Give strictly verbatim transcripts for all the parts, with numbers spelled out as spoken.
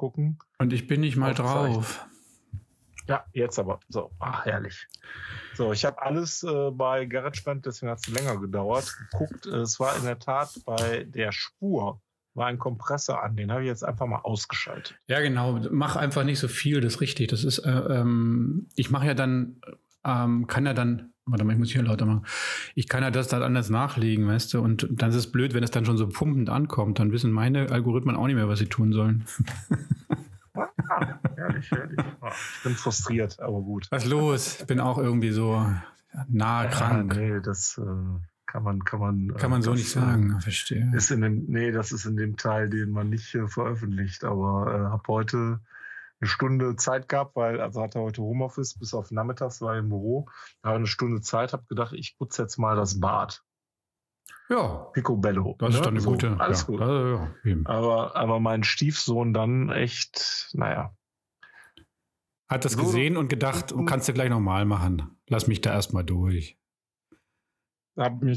gucken. Und ich bin nicht mal drauf. Ja, jetzt aber. So, ach, herrlich. So, ich habe alles äh, bei GarageBand, deswegen hat es länger gedauert, geguckt. Es war in der Tat bei der Spur, war ein Kompressor an, den habe ich jetzt einfach mal ausgeschaltet. Ja, genau. Mach einfach nicht so viel, das ist richtig. Das ist, äh, ähm, ich mache ja dann, ähm, kann ja dann, warte mal, ich muss hier lauter machen. Ich kann ja das dann anders nachlegen, weißt du, und dann ist es blöd, wenn es dann schon so pumpend ankommt, dann wissen meine Algorithmen auch nicht mehr, was sie tun sollen. Ah, herrlich, herrlich. Ah, ich bin frustriert, aber gut. Was ist los? Ich bin auch irgendwie so nahe krank. Ja, nee, das äh, kann man, kann man. Kann man äh, so das, nicht sagen, verstehe. Ist in dem, nee, das ist in dem Teil, den man nicht äh, veröffentlicht, aber äh, habe heute eine Stunde Zeit gehabt, weil, also hatte heute Homeoffice, bis auf nachmittags war ich im Büro, habe eine Stunde Zeit, habe gedacht, ich putze jetzt mal das Bad. Ja. Picobello. Das ist dann eine so, gute. Alles ja, gut. Also, ja, eben. Aber, aber mein Stiefsohn dann echt, naja. Hat das So, gesehen und gedacht, oh, kannst du gleich nochmal machen. Lass mich da erstmal durch. Hab mich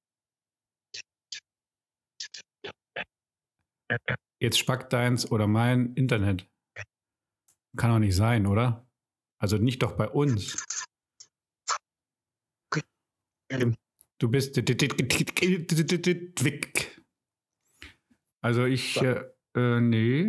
Jetzt spackt deins oder mein Internet. Kann doch nicht sein, oder? Also nicht doch bei uns. Du bist also ich äh, äh, nee.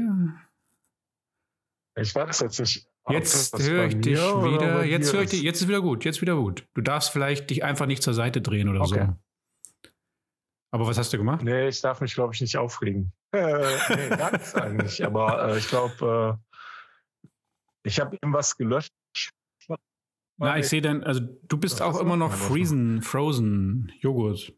Ich weiß jetzt nicht. Jetzt höre ich dich wieder. Jetzt höre ich dich. Jetzt ist wieder gut. Jetzt wieder gut. Du darfst vielleicht dich einfach nicht zur Seite drehen oder okay. so. Aber was hast du gemacht? Nee, ich darf mich, glaube ich, nicht aufregen. Äh, nee, gar nichts eigentlich. Aber äh, ich glaube, äh, ich habe irgendwas gelöscht. Na, ich sehe dann, also du bist das auch immer noch Friesen, Frozen Joghurt.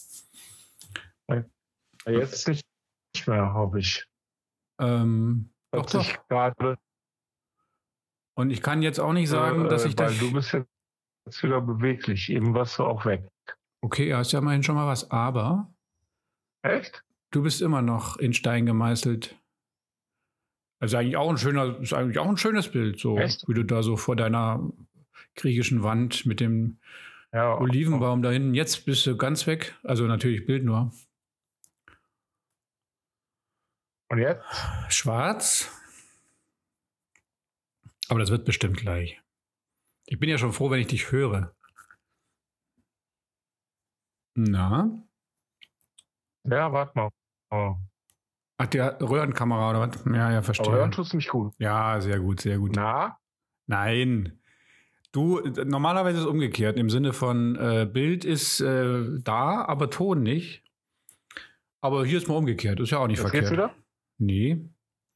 Jetzt nicht mehr, hoffe ich. Ähm, doch, doch. Grade, Und ich kann jetzt auch nicht sagen, äh, dass ich weil das... du bist jetzt wieder beweglich. Eben warst du auch weg. Okay, hast ja immerhin schon mal was. Aber... Echt? Du bist immer noch in Stein gemeißelt. Also eigentlich auch ein schöner, ist eigentlich auch ein schönes Bild, so Echt? wie du da so vor deiner griechischen Wand mit dem ja, Olivenbaum da hinten. Jetzt bist du ganz weg. Also natürlich Bild nur. Und jetzt? Schwarz. Aber das wird bestimmt gleich. Ich bin ja schon froh, wenn ich dich höre. Na? Ja, warte mal. Oh. Ach, der Röhrenkamera oder was? Ja, ja, verstehe. Aber hören tust du mich gut. Ja, sehr gut, sehr gut. Na? Nein. Du, normalerweise ist es umgekehrt. Im Sinne von äh, Bild ist äh, da, aber Ton nicht. Aber hier ist mal umgekehrt. Ist ja auch nicht Jetzt verkehrt. geht's wieder? Nee.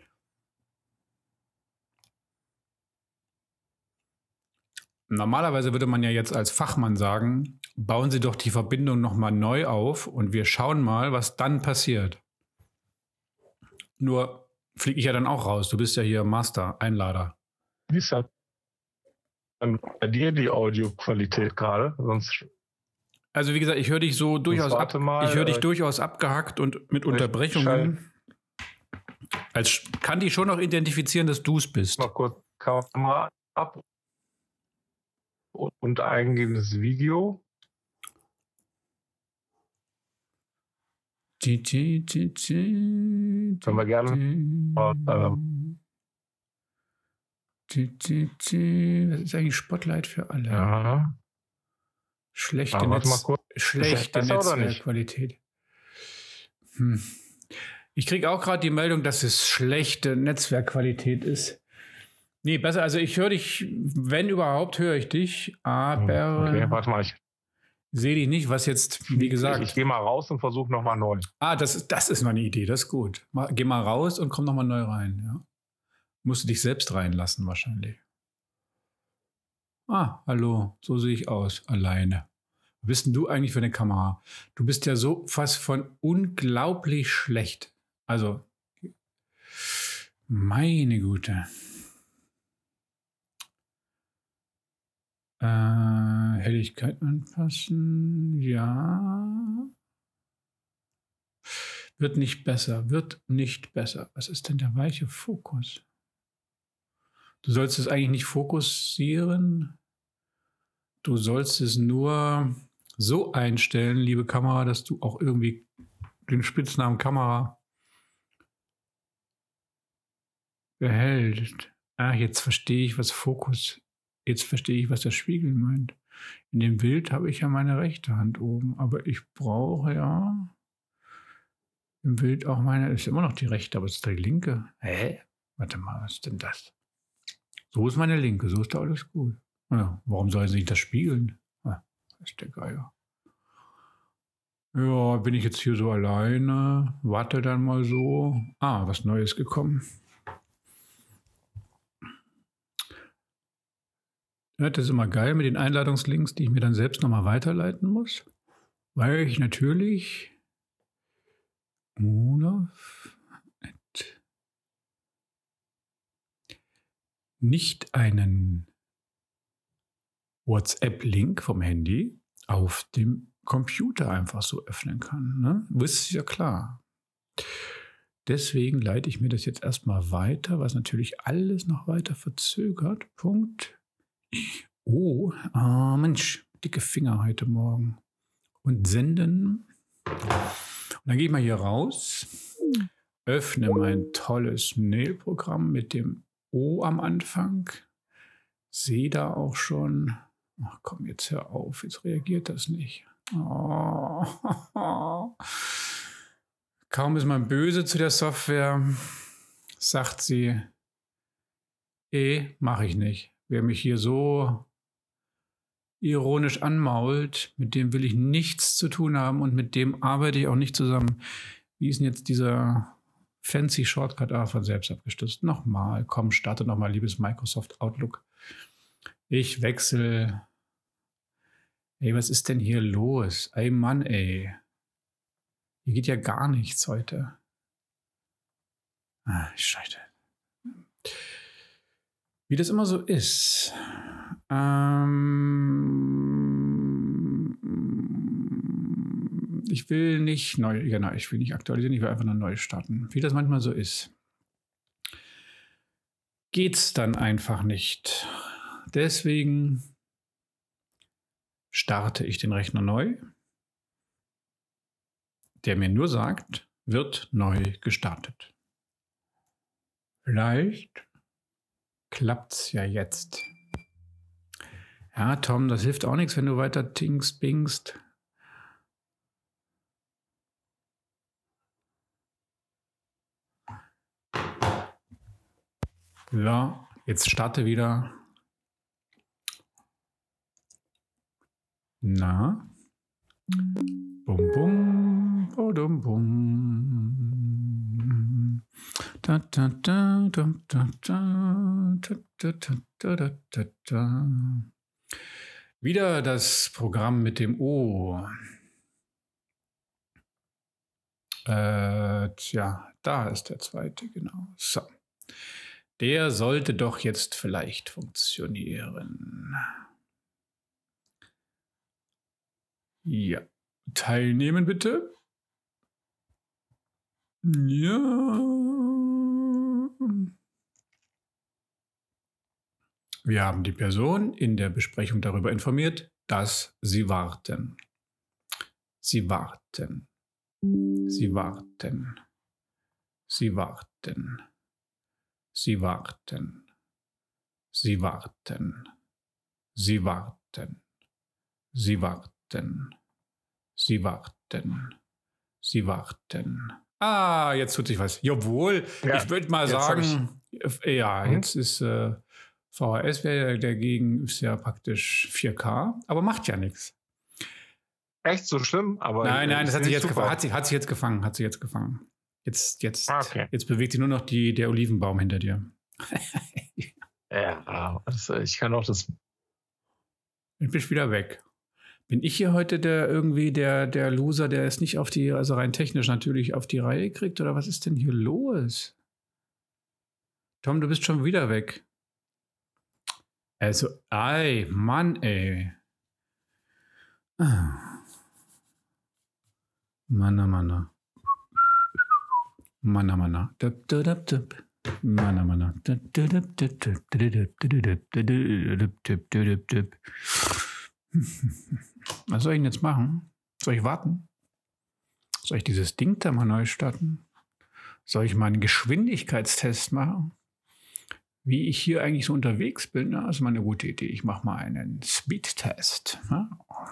Normalerweise würde man ja jetzt als Fachmann sagen, bauen Sie doch die Verbindung nochmal neu auf und wir schauen mal, was dann passiert. Nur fliege ich ja dann auch raus. Du bist ja hier Master, Einlader. Wie ist das dann bei dir die Audioqualität gerade? Sonst Also wie gesagt, ich höre dich so durchaus ab, mal, ich höre dich äh, durchaus abgehackt und mit Unterbrechungen. Als kann die schon noch identifizieren, dass du es bist. Mal kurz Kamera ab und eingehendes Video. Die, die, die, die, Können wir gerne. Äh, die, die, die. Das ist eigentlich Spotlight für alle. ja. Schlechte, Aber warte mal Netz, kurz. schlechte Ist das besser oder nicht? Netzwerkqualität. Hm. Ich kriege auch gerade die Meldung, dass es schlechte Netzwerkqualität ist. Nee, besser. Also ich höre dich, wenn überhaupt, höre ich dich. Aber Okay, warte mal. Ich, sehe dich nicht, was jetzt, wie gesagt. ich, ich gehe mal raus und versuche nochmal neu. Ah, das, das ist mal eine Idee, das ist gut. Mal, geh mal raus und komm nochmal neu rein. Ja. Musst du dich selbst reinlassen wahrscheinlich. Ah, hallo, so sehe ich aus, alleine. Was bist denn du eigentlich für eine Kamera? Du bist ja so fast von unglaublich schlecht. Also, meine Güte. Äh, Helligkeit anpassen, ja. Wird nicht besser, wird nicht besser. Was ist denn der weiche Fokus? Du sollst es eigentlich nicht fokussieren. Du sollst es nur so einstellen, liebe Kamera, dass du auch irgendwie den Spitznamen Kamera behält. Ach, jetzt verstehe ich, was Fokus, jetzt verstehe ich, was der Spiegel meint. In dem Bild habe ich ja meine rechte Hand oben, aber ich brauche ja im Bild auch meine, ist immer noch die rechte, aber es ist die linke. Hä? Warte mal, was ist denn das? So ist meine linke, so ist da alles gut. Ja, warum soll sich das spiegeln? Ah, das ist der Geier. Ja, bin ich jetzt hier so alleine, warte dann mal so. Ah, was Neues gekommen. Ja, das ist immer geil mit den Einladungslinks, die ich mir dann selbst nochmal weiterleiten muss, weil ich natürlich Olaf nicht einen WhatsApp-Link vom Handy auf dem Computer einfach so öffnen kann. Ne? Das ist ja klar. Deswegen leite ich mir das jetzt erstmal weiter, was natürlich alles noch weiter verzögert. Punkt. Oh, ah, Mensch, dicke Finger heute Morgen. Und senden. Und dann gehe ich mal hier raus, öffne mein tolles Mail-Programm mit dem O am Anfang. Sehe da auch schon. Ach komm, jetzt hör auf, jetzt reagiert das nicht. Oh. Kaum ist man böse zu der Software, sagt sie, eh, mache ich nicht. Wer mich hier so ironisch anmault, mit dem will ich nichts zu tun haben und mit dem arbeite ich auch nicht zusammen. Wie ist denn jetzt dieser fancy Shortcut A von selbst abgestürzt? Nochmal, komm, starte nochmal, liebes Microsoft Outlook. Ich wechsle. Ey, was ist denn hier los? Ey, Mann, ey. Hier geht ja gar nichts heute. Ah, Scheiße. Wie das immer so ist. Ähm, ich will nicht neu, genau, ich will nicht aktualisieren, ich will einfach nur neu starten. Wie das manchmal so ist. Geht's dann einfach nicht. Deswegen starte ich den Rechner neu, der mir nur sagt, wird neu gestartet. Vielleicht klappt's ja jetzt. Ja, Tom, das hilft auch nichts, wenn du weiter tingst, bingst. Ja, jetzt starte wieder. Na? Bum, bum, bodum, bum. Da, da, da, da, da, da, da, da, da, da, da, da. Wieder das Programm mit dem O. Äh, tja, da ist der zweite, genau. So. Der sollte doch jetzt vielleicht funktionieren. Ja. Teilnehmen bitte. Ja. Wir haben die Person in der Besprechung darüber informiert, dass sie warten. Sie warten. Sie warten. Sie warten. Sie warten. Sie warten. Sie warten. Sie warten. Sie warten. Sie warten. Ah, jetzt tut sich was. Jawohl, ja, ich würde mal sagen, ich, ja, hm? jetzt ist äh, V H S wäre dagegen, ist ja praktisch vier K, aber macht ja nichts. Echt so schlimm? Aber nein, nein, das hat sich jetzt gefangen. Hat sich, hat sich jetzt gefangen. Hat sich jetzt gefangen. Jetzt, jetzt, ah, okay. Jetzt bewegt sich nur noch die, der Olivenbaum hinter dir. Ja, also ich kann auch das. Ich bin wieder weg. Bin ich hier heute der irgendwie der, der Loser, der es nicht auf die, also rein technisch natürlich auf die Reihe kriegt? Oder was ist denn hier los? Tom, du bist schon wieder weg. Also, ey, Mann, ey. Ah. Manna, Manna. Manna, Manna. Manna, Manna. Was soll ich denn jetzt machen? Soll ich warten? Soll ich dieses Ding da mal neu starten? Soll ich mal einen Geschwindigkeitstest machen? wie ich hier eigentlich so unterwegs bin. Na, das ist mal eine gute Idee. Ich mache mal einen Speedtest. Ja?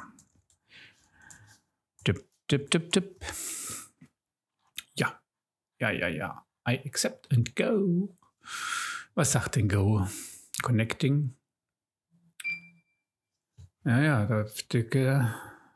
Tipp, tipp, tipp, tipp. Ja, ja, ja, ja. I accept and go. Was sagt denn Go? Connecting. Ja, ja, da bitte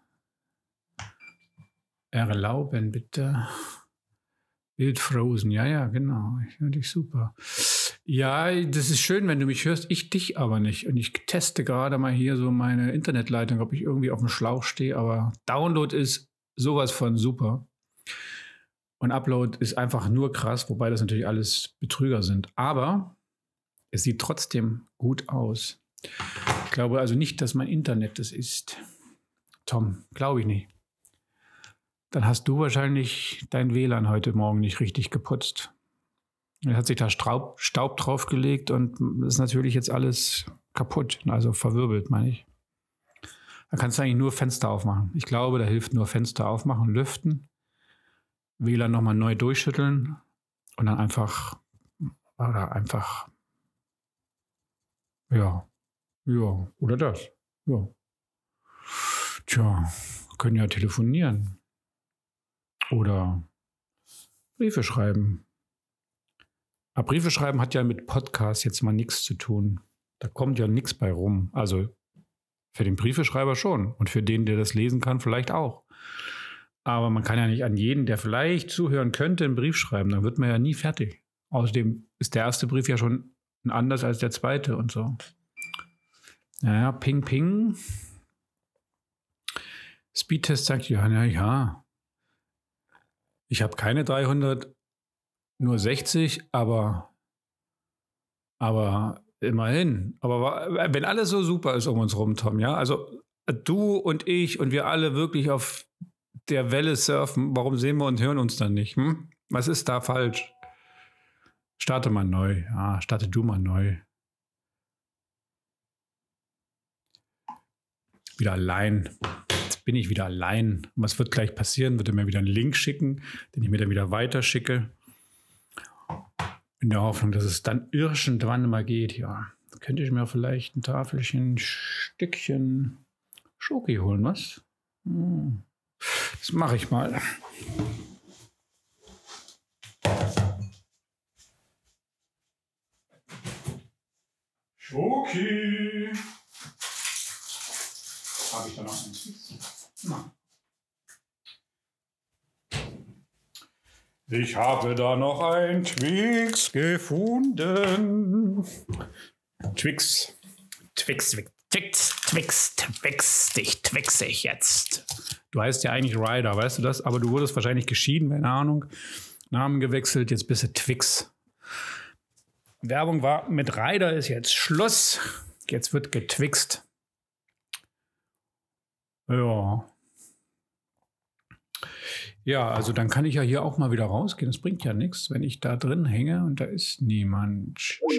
erlauben, bitte. Bild frozen. Ja, ja, genau. Ich höre dich super. Ja, das ist schön, wenn du mich hörst. Ich dich aber nicht. Und ich teste gerade mal hier so meine Internetleitung, ob ich irgendwie auf dem Schlauch stehe. Aber Download ist sowas von super. Und Upload ist einfach nur krass, wobei das natürlich alles Betrüger sind. Aber es sieht trotzdem gut aus. Ich glaube also nicht, dass mein Internet das ist. Tom, glaube ich nicht. Dann hast du wahrscheinlich dein W L A N heute Morgen nicht richtig geputzt. Dann hat sich da Staub, Staub draufgelegt und ist natürlich jetzt alles kaputt, also verwirbelt, meine ich. Da kannst du eigentlich nur Fenster aufmachen. Ich glaube, da hilft nur Fenster aufmachen, lüften, W L A N nochmal neu durchschütteln und dann einfach, oder einfach, ja, ja, oder das, ja. Tja, können ja telefonieren oder Briefe schreiben. Aber Briefe schreiben hat ja mit Podcasts jetzt mal nichts zu tun. Da kommt ja nichts bei rum. Also für den Briefeschreiber schon und für den, der das lesen kann, vielleicht auch. Aber man kann ja nicht an jeden, der vielleicht zuhören könnte, einen Brief schreiben. Dann wird man ja nie fertig. Außerdem ist der erste Brief ja schon anders als der zweite und so. Naja, ping, ping. Speedtest sagt ja, na ja. Ich habe keine dreihundert, nur sechzig, aber, aber immerhin. Aber wenn alles so super ist um uns rum, Tom, ja, also du und ich und wir alle wirklich auf der Welle surfen, warum sehen wir und hören uns dann nicht? Hm? Was ist da falsch? Starte mal neu. Ja, starte du mal neu. Wieder allein. Jetzt bin ich wieder allein. Und was wird gleich passieren? Wird er mir wieder einen Link schicken, den ich mir dann wieder weiterschicke. In der Hoffnung, dass es dann irgendwann mal geht. Ja, könnte ich mir vielleicht ein Tafelchen, ein Stückchen Schoki holen, was? Hm. Das mache ich mal. Schoki. Habe ich da noch einen? Nein. Ich habe da noch ein Twix gefunden. Twix. Twix, Twix, Twix, Twix, Twix, dich twixe ich jetzt. Du heißt ja eigentlich Ryder, weißt du das? Aber du wurdest wahrscheinlich geschieden, keine Ahnung. Namen gewechselt, jetzt bist du Twix. Werbung war, mit Ryder ist jetzt Schluss. Jetzt wird getwixt. Ja. Ja, also dann kann ich ja hier auch mal wieder rausgehen. Das bringt ja nichts, wenn ich da drin hänge und da ist niemand.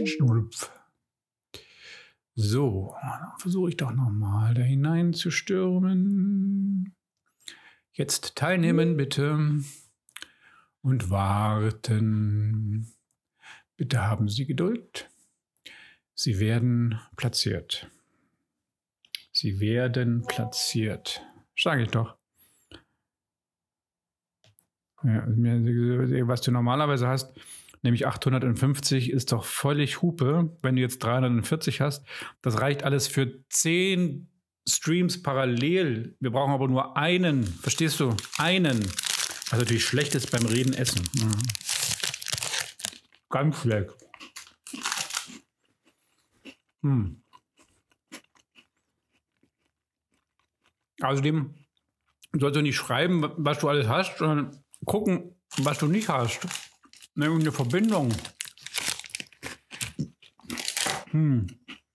So, dann versuche ich doch nochmal da hineinzustürmen. Jetzt teilnehmen bitte und warten. Bitte haben Sie Geduld. Sie werden platziert. Sie werden platziert. Sage ich doch. Ja, was du normalerweise hast, nämlich achthundertfünfzig, ist doch völlig Hupe. Wenn du jetzt dreihundertvierzig hast, das reicht alles für zehn Streams parallel. Wir brauchen aber nur einen. Verstehst du? Einen. Was natürlich schlecht ist beim Reden essen. Mhm. Ganz schlecht. Hm. Außerdem sollst du nicht schreiben, was du alles hast, sondern gucken, was du nicht hast. Nämlich eine Verbindung. Hm.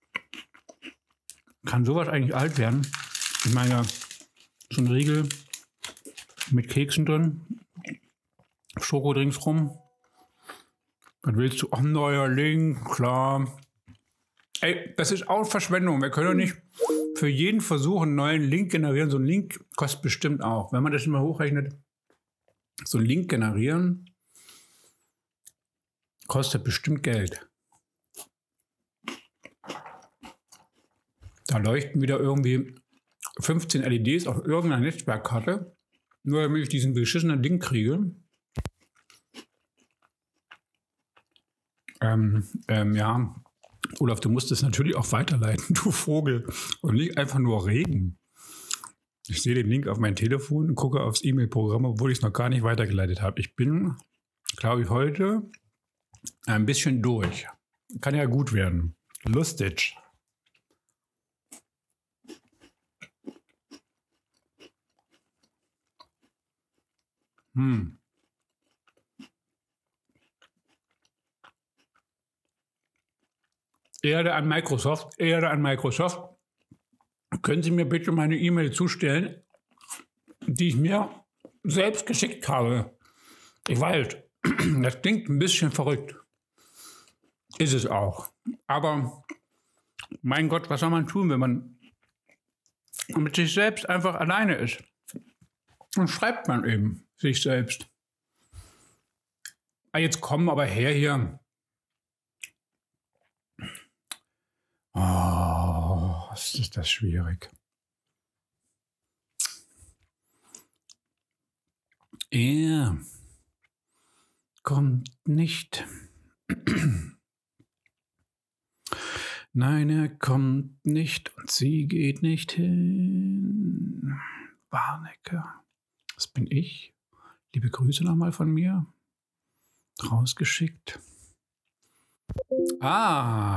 Kann sowas eigentlich alt werden? Ich meine, so ein Riegel mit Keksen drin, Schokodrinks rum. Was willst du? Ach, neuer Link, klar. Ey, das ist auch Verschwendung. Wir können doch nicht für jeden Versuch einen neuen Link generieren. So ein Link kostet bestimmt auch. Wenn man das immer hochrechnet, so ein Link generieren kostet bestimmt Geld. Da leuchten wieder irgendwie fünfzehn L E Ds auf irgendeiner Netzwerkkarte, nur damit ich diesen beschissenen Ding kriege. Ähm, ähm, ja, Olaf, du musst es natürlich auch weiterleiten, du Vogel, und nicht einfach nur reden. Ich sehe den Link auf mein Telefon und gucke aufs E-Mail-Programm, obwohl ich es noch gar nicht weitergeleitet habe. Ich bin, glaube ich, heute ein bisschen durch. Kann ja gut werden. Lustig. Hm. Erde an Microsoft, Erde an Microsoft. Können Sie mir bitte meine E-Mail zustellen, die ich mir selbst geschickt habe? Ich weiß, das klingt ein bisschen verrückt. Ist es auch. Aber mein Gott, was soll man tun, wenn man mit sich selbst einfach alleine ist? Dann schreibt man eben sich selbst. Ah, jetzt komm aber her hier. Oh, was ist das schwierig. Er kommt nicht. Nein, er kommt nicht und sie geht nicht hin. Warnecke. Das bin ich. Liebe Grüße nochmal von mir. Rausgeschickt. Ah.